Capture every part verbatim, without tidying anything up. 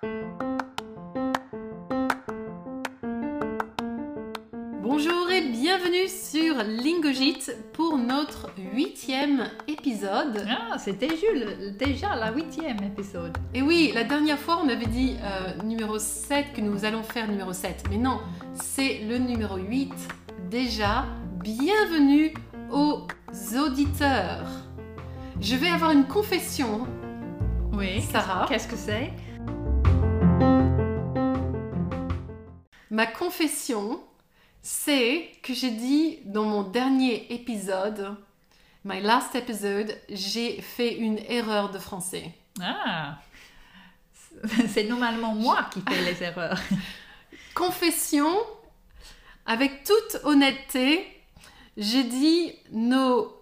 Bonjour et bienvenue sur Lingogit pour notre huitième épisode. Ah, c'était Jules, déjà la huitième épisode. Et oui, la dernière fois on avait dit euh, numéro sept, que nous allons faire numéro sept. Mais non, c'est le numéro huit. Déjà, bienvenue aux auditeurs. Je vais avoir une confession. Oui, Sarah. Qu'est-ce que c'est? Ma confession, c'est que j'ai dit dans mon dernier épisode, my last episode, j'ai fait une erreur de français. Ah, c'est normalement moi qui fais les erreurs. Confession, avec toute honnêteté, j'ai dit nos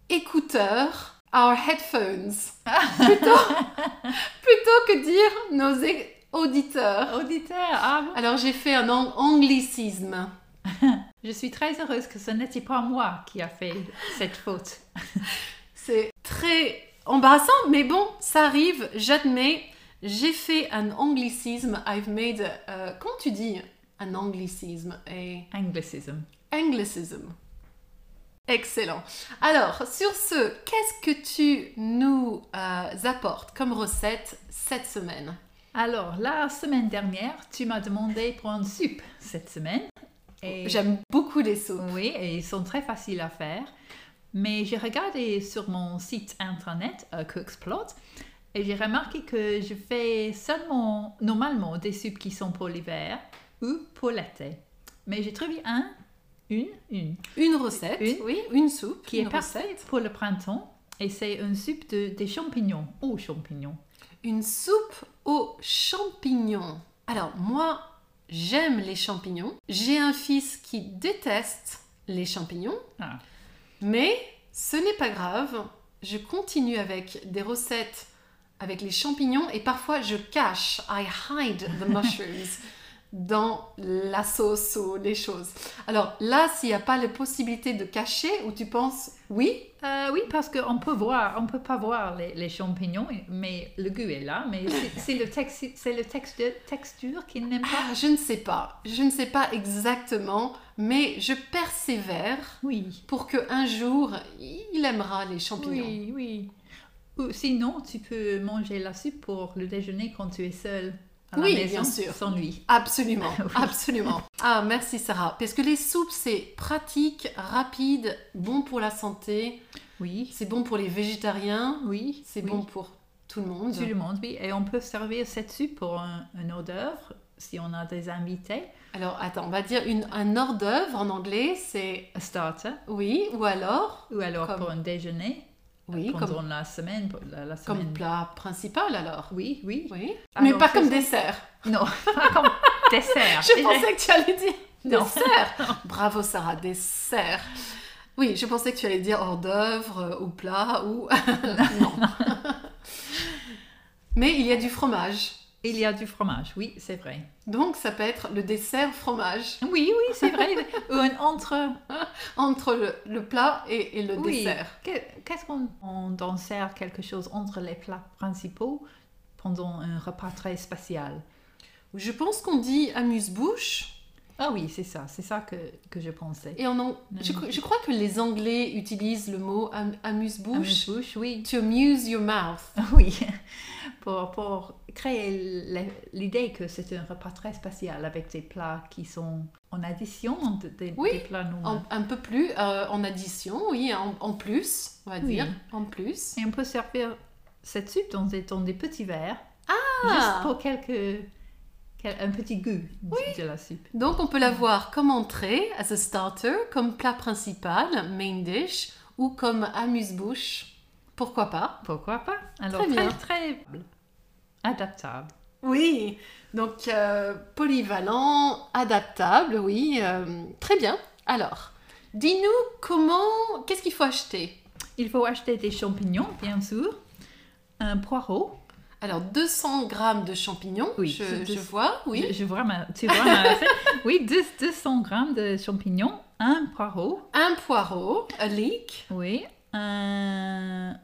écouteurs, our headphones, plutôt, plutôt que dire nos é- auditeurs. Auditeur, ah bon? Alors j'ai fait un ang- anglicisme. Je suis très heureuse que ce n'était pas moi qui a fait cette faute. C'est très embarrassant, mais bon, ça arrive, j'admets. J'ai fait un anglicisme. I've made. A, uh, comment tu dis un anglicisme? A Anglicism. anglicism. Excellent. Alors, sur ce, qu'est-ce que tu nous euh, apportes comme recette cette semaine? Alors, la semaine dernière, tu m'as demandé pour une soupe cette semaine. Et... J'aime beaucoup les soupes. Oui, et ils sont très faciles à faire. Mais j'ai regardé sur mon site internet, uh, Cookspot, et j'ai remarqué que je fais seulement, normalement, des soupes qui sont pour l'hiver ou pour l'été. Mais j'ai trouvé un, une, une, Une recette, Une. oui, une soupe, qui est une parfaite recette. pour le printemps. Et c'est une soupe de, des champignons, aux champignons. Une soupe aux champignons. Alors, moi, j'aime les champignons. J'ai un fils qui déteste les champignons. Ah. Mais ce n'est pas grave. Je continue avec des recettes avec les champignons et parfois je cache, I hide the mushrooms dans la sauce ou les choses. Alors là, s'il n'y a pas la possibilité de cacher, ou tu penses oui, Euh, oui, parce qu'on peut voir, on peut pas voir les, les champignons, mais le goût est là. Mais c'est, c'est le, texte, c'est le texte, texture qu'il n'aime pas. ah, je ne sais pas. Je ne sais pas exactement, mais je persévère Oui. pour qu'un jour, il aimera les champignons. Oui, oui. Ou sinon, tu peux manger la soupe pour le déjeuner quand tu es seule à la Oui, maison, bien sûr. sans lui. Absolument, Oui. absolument. Ah, merci Sarah. Parce que les soupes, c'est pratique, rapide, bon pour la santé, Oui, c'est bon pour les végétariens, oui. c'est oui. bon pour tout le monde. Tout le monde, oui. Et on peut servir cette soupe pour un, un hors d'œuvre si on a des invités. Alors, attends, on va dire une, un hors d'œuvre en anglais, c'est Un starter. oui, ou alors, Ou alors Comme- pour un déjeuner. oui, pendant comme, la semaine. pour La, la comme semaine. plat principal alors. Oui, oui. Oui, Alors, mais pas comme faisons- dessert. Non, pas comme dessert. Je pensais que tu allais dire Non. dessert. Bravo Sarah, dessert. Oui, je pensais que tu allais dire hors d'œuvre euh, ou plat ou non. Mais il y a du fromage. Il y a du fromage, oui, c'est vrai. Donc ça peut être le dessert fromage Oui, oui, c'est vrai. Ou un entre... entre le, le plat et, et le Oui. dessert. Que- Qu'est-ce qu'on on en sert quelque chose entre les plats principaux pendant un repas très spécial? Je pense qu'on dit amuse-bouche. Ah oui, c'est ça, c'est ça que, que je pensais. Et on en- je, je crois que les Anglais utilisent le mot am- amuse-bouche. Amuse-bouche, oui. To amuse your mouth. Oui, pour, pour créer l- l'idée que c'est un repas très spécial avec des plats qui sont en addition de- de- Oui, des plats normaux. En- un peu plus euh, en addition, oui, en, en plus, on va Oui. dire, en plus. Et on peut servir cette soupe dans des, dans des petits verres, Ah! juste pour quelques, quel- un petit goût de, de la soupe. Donc on peut la voir comme entrée, as a starter, comme plat principal, main dish, ou comme amuse-bouche. Pourquoi pas? Pourquoi pas? Alors, Très bien. très, très adaptable. Oui, donc euh, polyvalent, adaptable, oui, euh, très bien. Alors, dis-nous comment, qu'est-ce qu'il faut acheter? Il faut acheter des champignons, bien sûr, un poireau. Alors, deux cents grammes de champignons, Oui, je, c'est je deux- vois, oui. Je, je vois ma, tu vois ma recette? Oui, deux- deux cents grammes de champignons, un poireau, Un poireau, a leek, oui, un,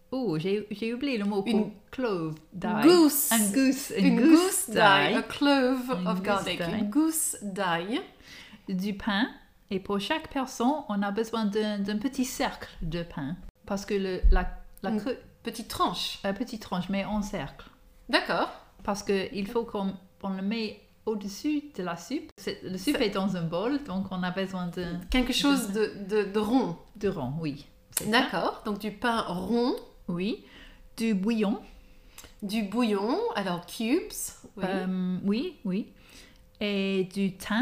Oh, j'ai j'ai oublié le mot Une- pour clove die. Goose. Un goose. Une goose die. A clove Une of goose garlic. die. Une goose die. Du pain. Et pour chaque personne, on a besoin d'un d'un petit cercle de pain. Parce que le, la, la, Mm. creux- Petite tranche. la petite tranche, mais en cercle. D'accord. Parce qu'il faut qu'on on le met au-dessus de la soupe. C'est- Le soupe Ça- est dans un bol, donc on a besoin de, Quelque chose de, de, de rond. de rond, oui. C'est ça. D'accord. Donc du pain rond, Oui. Du bouillon. du bouillon, alors cubes, oui, Euh, oui, oui. Et du thym.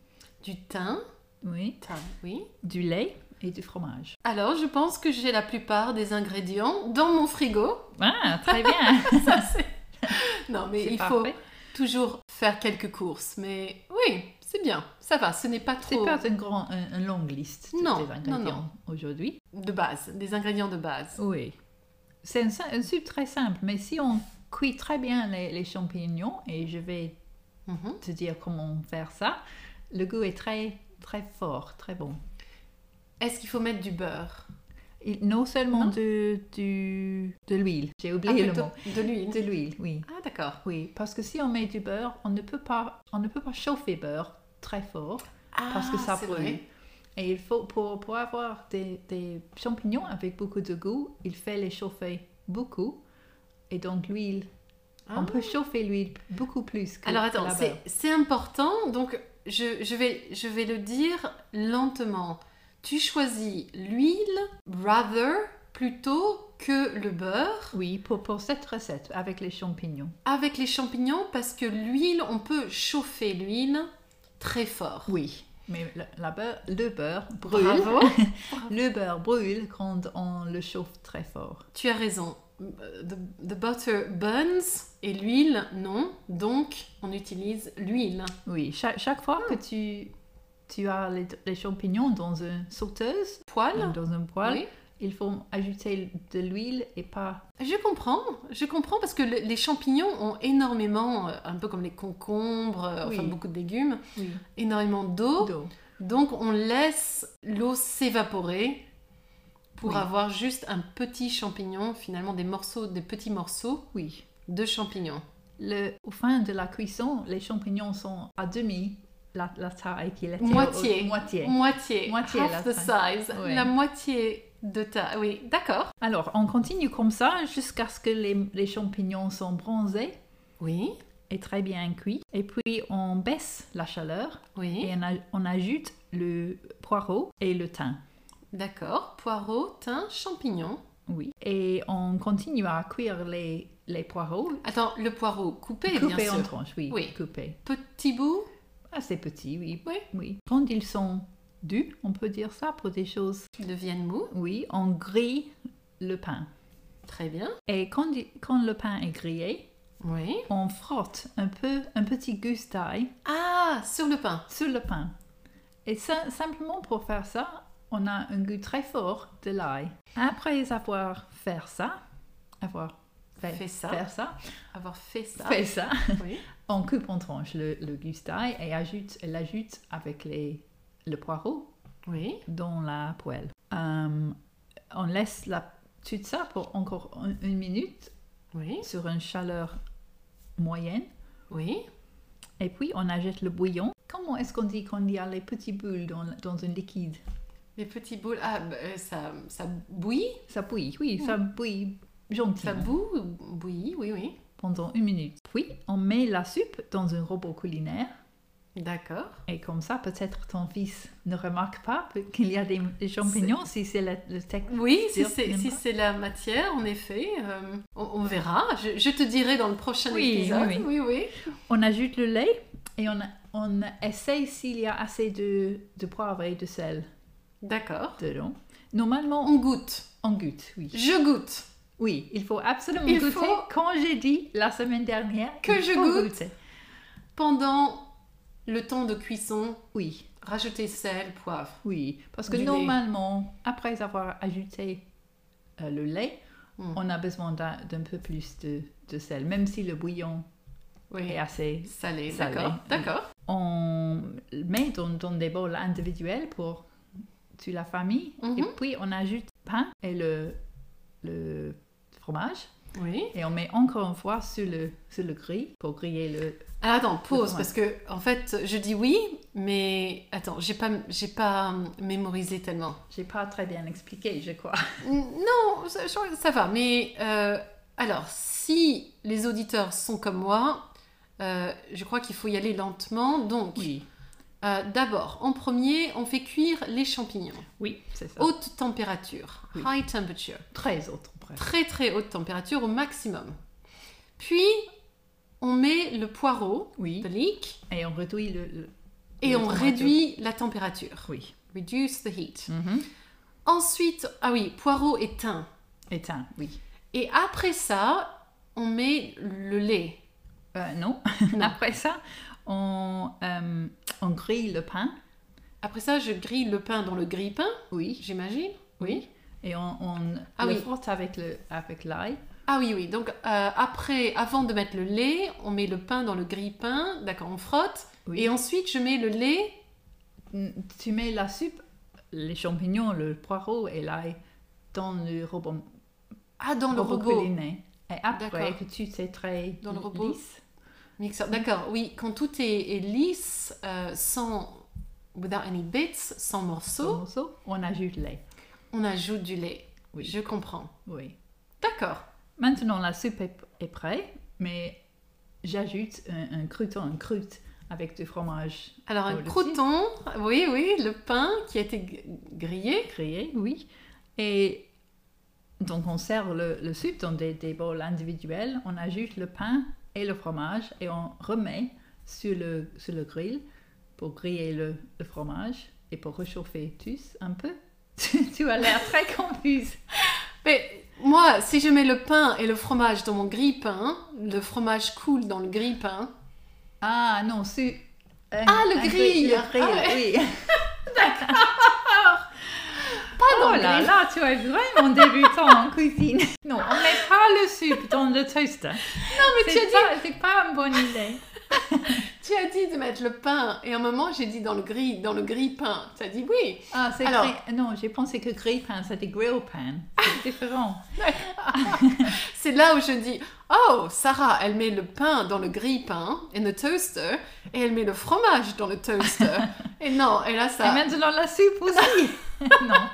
du thym, Oui. thym, oui. Du lait et du fromage. Alors je pense que j'ai la plupart des ingrédients dans mon frigo. Ah, très bien. Ça, c'est- non mais C'est il faut parfait. toujours faire quelques courses. Mais oui, c'est bien. Ça va, ce n'est pas C'est trop pas une, grand, un- une longue liste de- Non, des non, ingrédients aujourd'hui. de base, des ingrédients de base. Oui. C'est une, sa- une soupe très simple, mais si on cuit très bien les, les champignons, et je vais Mhm. te dire comment faire ça, le goût est très, très fort, très bon. Est-ce qu'il faut mettre du beurre? Et non seulement Non. de, du, de l'huile, j'ai Ah, oublié le plutôt mot. de l'huile. De l'huile, oui. Ah d'accord. Oui, parce que si on met du beurre, on ne peut pas, on ne peut pas chauffer beurre très fort parce que Ah, ça c'est brûle. vrai. Et il faut, pour, pour avoir des, des champignons avec beaucoup de goût, il faut les chauffer beaucoup. Et donc l'huile, Ah. on peut chauffer l'huile beaucoup plus que Alors que attends, la c'est beurre. c'est important, donc je, je, vais, je vais le dire lentement. Tu choisis l'huile rather plutôt que le beurre Oui, pour, pour cette recette avec les champignons. avec les champignons parce que l'huile, on peut chauffer l'huile très fort. Oui, mais le, la beurre, le beurre brûle. Bravo, Le beurre brûle quand on le chauffe très fort. tu as raison. The, the butter burns et l'huile, non. Donc, on utilise l'huile. Oui, chaque, chaque fois que tu, tu as les, les champignons dans une sauteuse, Poêle. dans un poêle, Oui. il faut ajouter de l'huile et pas... Je comprends, je comprends parce que le- les champignons ont énormément, euh, un peu comme les concombres, euh, enfin Oui. beaucoup de légumes, Oui. énormément d'eau. d'eau. Donc on laisse l'eau s'évaporer pour Oui. avoir juste un petit champignon, finalement des morceaux, des petits morceaux Oui. de champignons. Le, au fin de la cuisson, les champignons sont à demi la, la taille qu'il était. Moitié. au- moitié. Moitié, Moitié, half la the taille. size, Ouais. la moitié de ta... Oui, d'accord. Alors, on continue comme ça jusqu'à ce que les, les champignons sont bronzés Oui, et très bien cuits. Et puis, on baisse la chaleur oui, et on, a- on ajoute le poireau et le thym. d'accord. Poireaux, thym, champignons. Oui. Et on continue à cuire les, les poireaux. Attends, le poireau coupé, bien Coupés en sûr. tranches, oui. Oui. Coupés. Petit bout. Assez petits, oui. Oui. Oui. Quand ils sont durs, on peut dire ça pour des choses. Qui deviennent mous. Oui, on grille le pain. Très bien. Et quand, il- quand le pain est grillé, Oui. on frotte un peu, un petit gousse d'ail Ah, sur le pain. sur le pain. Et ça, simplement pour faire ça, on a un goût très fort de l'ail. Après avoir fait ça, avoir fait, Fait ça. faire ça, Avoir fait ça. fait ça, Oui. on coupe en tranches le, le gousse d'ail et ajoute, et l'ajoute avec les, le poireau Oui. dans la poêle. Euh, on laisse la, tout ça pour encore un- une minute Oui. sur une chaleur moyenne. Oui. Et puis on ajoute le bouillon. Comment est-ce qu'on dit quand il y a les petites boules dans, dans un liquide? Les petits boules. Ah, bah, euh, ça, ça bouillit. Ça bouillit, oui, ça bouillit gentiment Ça boue, bouillit, oui, oui. pendant une minute. Puis on met la soupe dans un robot culinaire. D'accord. Et comme ça, peut-être ton fils ne remarque pas qu'il y a des, des champignons si c'est le, le texte. Oui, si Dire c'est qu'il si n'aime pas. c'est la matière, en effet, euh, on, on verra. Je, je te dirai dans le prochain Oui, épisode. oui, oui, oui. On ajoute le lait et on, on essaye s'il y a assez de, de poivre et de sel D'accord. dedans. Normalement, On goûte. on goûte, oui. Je goûte. Oui, il faut absolument Il goûter. faut- Quand j'ai dit la semaine dernière Que il je faut goûte. goûter. Pendant le temps de cuisson, Oui, rajouter sel, poivre. oui. Parce que Du lait. normalement, après avoir ajouté euh, le lait, Mm. on a besoin d'un d'un peu plus de, de sel, même si le bouillon Oui. est assez... Salé, Salé, d'accord. oui. D'accord. On le met dans, dans des bols individuels pour toute la famille. Mhm. Et puis, on ajoute pain et le, le fromage. Oui. Et on met encore une fois sur le, sur le grill pour griller le... Alors attends, pause, Le parce que en fait, je dis oui, mais attends, j'ai pas, j'ai pas mémorisé tellement. J'ai pas très bien expliqué, je crois. Non, ça, je- ça va, mais euh, alors, si les auditeurs sont comme moi, euh, je crois qu'il faut y aller lentement. Donc, Oui, euh, d'abord, en premier, on fait cuire les champignons. oui, c'est ça. Haute température, Oui. high temperature. Très autre presque. Très très haute température au maximum. Puis, on met le poireau, Oui. the leek, Et on réduit le... le- et le on tomate. réduit la température. Oui. Reduce the heat. Mhm. Ensuite, ah oui, poireau et thym. Éteint, oui. Et après ça, on met le lait. Euh, non. Non. Après ça, on, euh, on grille le pain. Après ça, je grille le pain dans le grille-pain, Oui. j'imagine. Oui. Et on, on Ah le oui. frotte avec le avec l'ail. Ah oui, oui. Donc, euh, après, avant de mettre le lait, on met le pain dans le grille-pain. D'accord, on frotte. Oui. Et ensuite, je mets le lait. Tu mets la soupe, les champignons, le poireau et l'ail dans le robot, Ah, dans le robot. culiné. Et après D'accord. que tu sais très Dans le robot. lisse, Mixeur. D'accord, oui. Quand tout est, est lisse, euh, sans... Without any bits, sans ce morceaux, morceau, on ajoute le lait. on ajoute du lait. Oui. Je comprends. Oui. D'accord. Maintenant, la soupe est, est prête, mais j'ajoute un, un crouton, un croûte avec du fromage Alors, un Au-dessus. croûton, oui, oui, le pain qui a été g- grillé. grillé, oui. Et donc, on sert le, le soupe dans des, des bols individuels, on ajoute le pain et le fromage et on remet sur le, sur le grill pour griller le, le fromage et pour réchauffer tous un peu. Tu, tu as l'air très confuse. Mais moi, si je mets le pain et le fromage dans mon grille-pain, le fromage coule dans le grille-pain. Ah non, sur... un- Ah, le un grill. Le grill, Ah oui. Pas dans Oh le là grill. là, tu es vraiment débutant en cuisine. Non, on met pas le soupe dans le toaster. Non, mais tu C'est as, dit, pas, c'est pas une bonne idée. tu as dit de mettre le pain et à un moment, j'ai dit dans le grill, dans le grille-pain. Tu as dit oui. Ah, c'est Alors- gris- Non, j'ai pensé que grille-pain, c'était grill-pan. C'est différent. C'est là où je dis, oh, Sarah, elle met le pain dans le grille-pain, in the toaster, et elle met le fromage dans le toaster. Et non, et là, Et ça... maintenant la soupe aussi. non,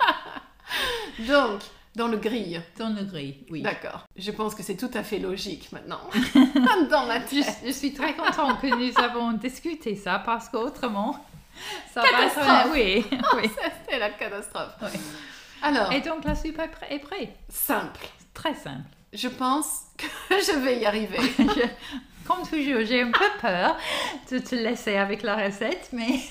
Donc, dans le grill. dans le grill, oui. D'accord. Je pense que c'est tout à fait logique maintenant. Dans ma Je, tête. je suis très contente que nous avons discuté ça parce qu'autrement, ça va Catastrophe. être... Oui, oui. C'était la catastrophe. Oui. Alors, Et donc la soupe est prête. Est prête. simple. Très simple. Je pense que je vais y arriver. Je- comme toujours, j'ai un peu peur de te laisser avec la recette, mais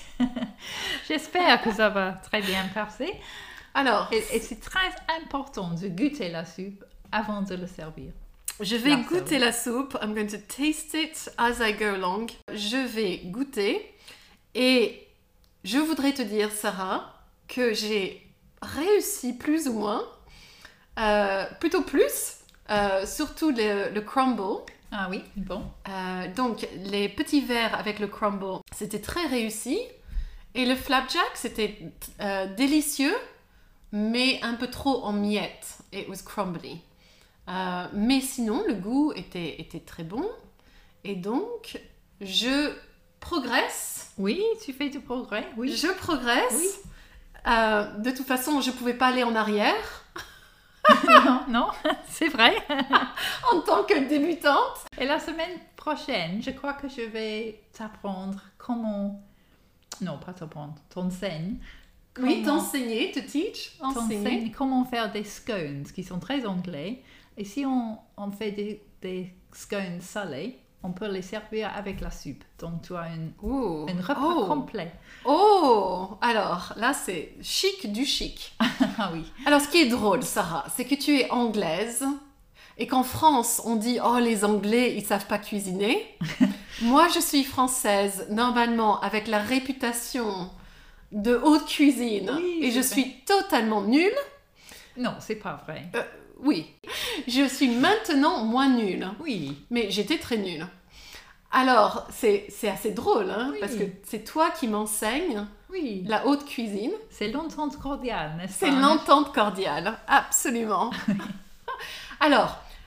j'espère que ça va très bien passer. Alors, Et, et c'est très important de goûter la soupe avant de le servir. je vais La goûter la soupe. I'm going to taste it as I go along. Je vais goûter. Et je voudrais te dire, Sarah, que j'ai réussi plus ou moins. Euh, plutôt plus. Euh, surtout le, le crumble. Ah oui, bon. Euh, donc, les petits verres avec le crumble, c'était très réussi. Et le flapjack, c'était euh, délicieux, mais un peu trop en miettes. It was crumbly. Euh, mais sinon, le goût était, était très bon. Et donc, je progresse. Oui, tu fais du progrès, oui. Je progresse. Oui. Euh, de toute façon, je ne pouvais pas aller en arrière non, non, c'est vrai. en tant que débutante. Et la semaine prochaine, je crois que je vais t'apprendre comment... Non, pas t'apprendre, t'enseignes. Oui, comment- t'enseigner, te teach, enseigner. t'enseigne comment faire des scones qui sont très anglais. Et si on, on fait des, des scones salés, on peut les servir avec la soupe. Donc tu as une, Ouh. un repas Oh. complet. Oh, alors là c'est chic du chic. Ah oui. Alors ce qui est drôle, Sarah, c'est que tu es anglaise et qu'en France on dit oh les Anglais ils savent pas cuisiner. Moi je suis française normalement avec la réputation de haute cuisine Oui, et je c'est suis totalement nulle. Non, c'est pas vrai. Euh, oui, je suis maintenant moins nulle, Oui. mais j'étais très nulle. Alors c'est c'est assez drôle hein, Oui. parce que c'est toi qui m'enseignes Oui. la haute cuisine. C'est l'entente cordiale, n'est-ce pas? C'est l'entente cordiale, absolument. Alors,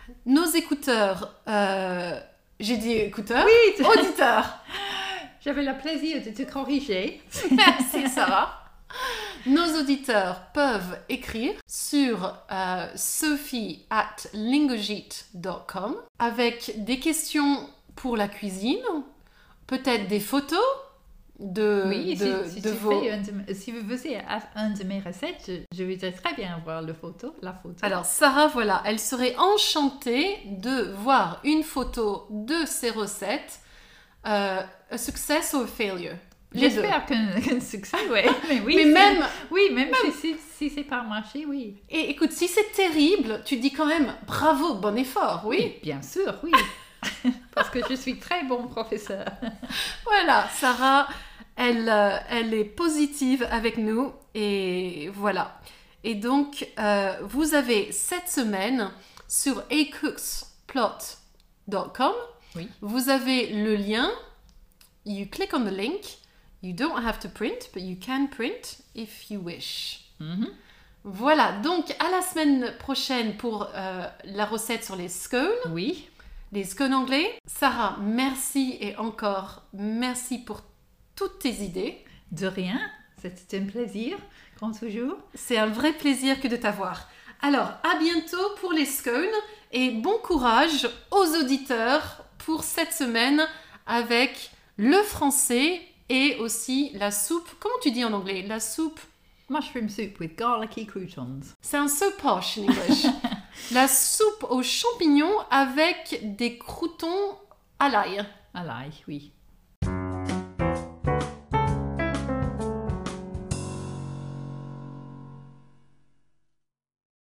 Nos écouteurs, euh, j'ai dit écouteurs, Oui, tu- auditeurs. j'avais le plaisir de te corriger. Merci Sarah. Nos auditeurs peuvent écrire sur euh, sophie at lingogite dot com avec des questions pour la cuisine, peut-être des photos de, Oui, de, si, si de tu vos... fais un de, si vous faisiez un de mes recettes, je, je voudrais très bien voir le photo, la photo. Alors Sarah, voilà, elle serait enchantée de voir une photo de ses recettes, euh, a success or a failure. Les deux. J'espère qu'un qu'un succès, ouais. Mais oui, Mais si- même, oui, même, si, si, si c'est pas marché, oui. et écoute, si c'est terrible, tu dis quand même bravo, bon effort, oui. Bien sûr, oui. Parce que je suis très bon professeur. Voilà, Sarah, elle, euh, elle est positive avec nous et voilà. Et donc, euh, vous avez cette semaine sur a cooks plot dot com, Oui. vous avez le lien, you click on the link, you don't have to print, but you can print if you wish. Mhm. Voilà, donc à la semaine prochaine pour euh, la recette sur les scones. Oui. Les scones anglais. Sarah, merci et encore merci pour toutes tes idées. De rien. C'était un plaisir, comme toujours. C'est un vrai plaisir que de t'avoir. Alors, à bientôt pour les scones et bon courage aux auditeurs pour cette semaine avec le français et aussi la soupe. Comment tu dis en anglais? La soupe. Mushroom soup with garlicky croutons. C'est un so posh in English. La soupe aux champignons avec des croûtons à l'ail. À l'ail, oui.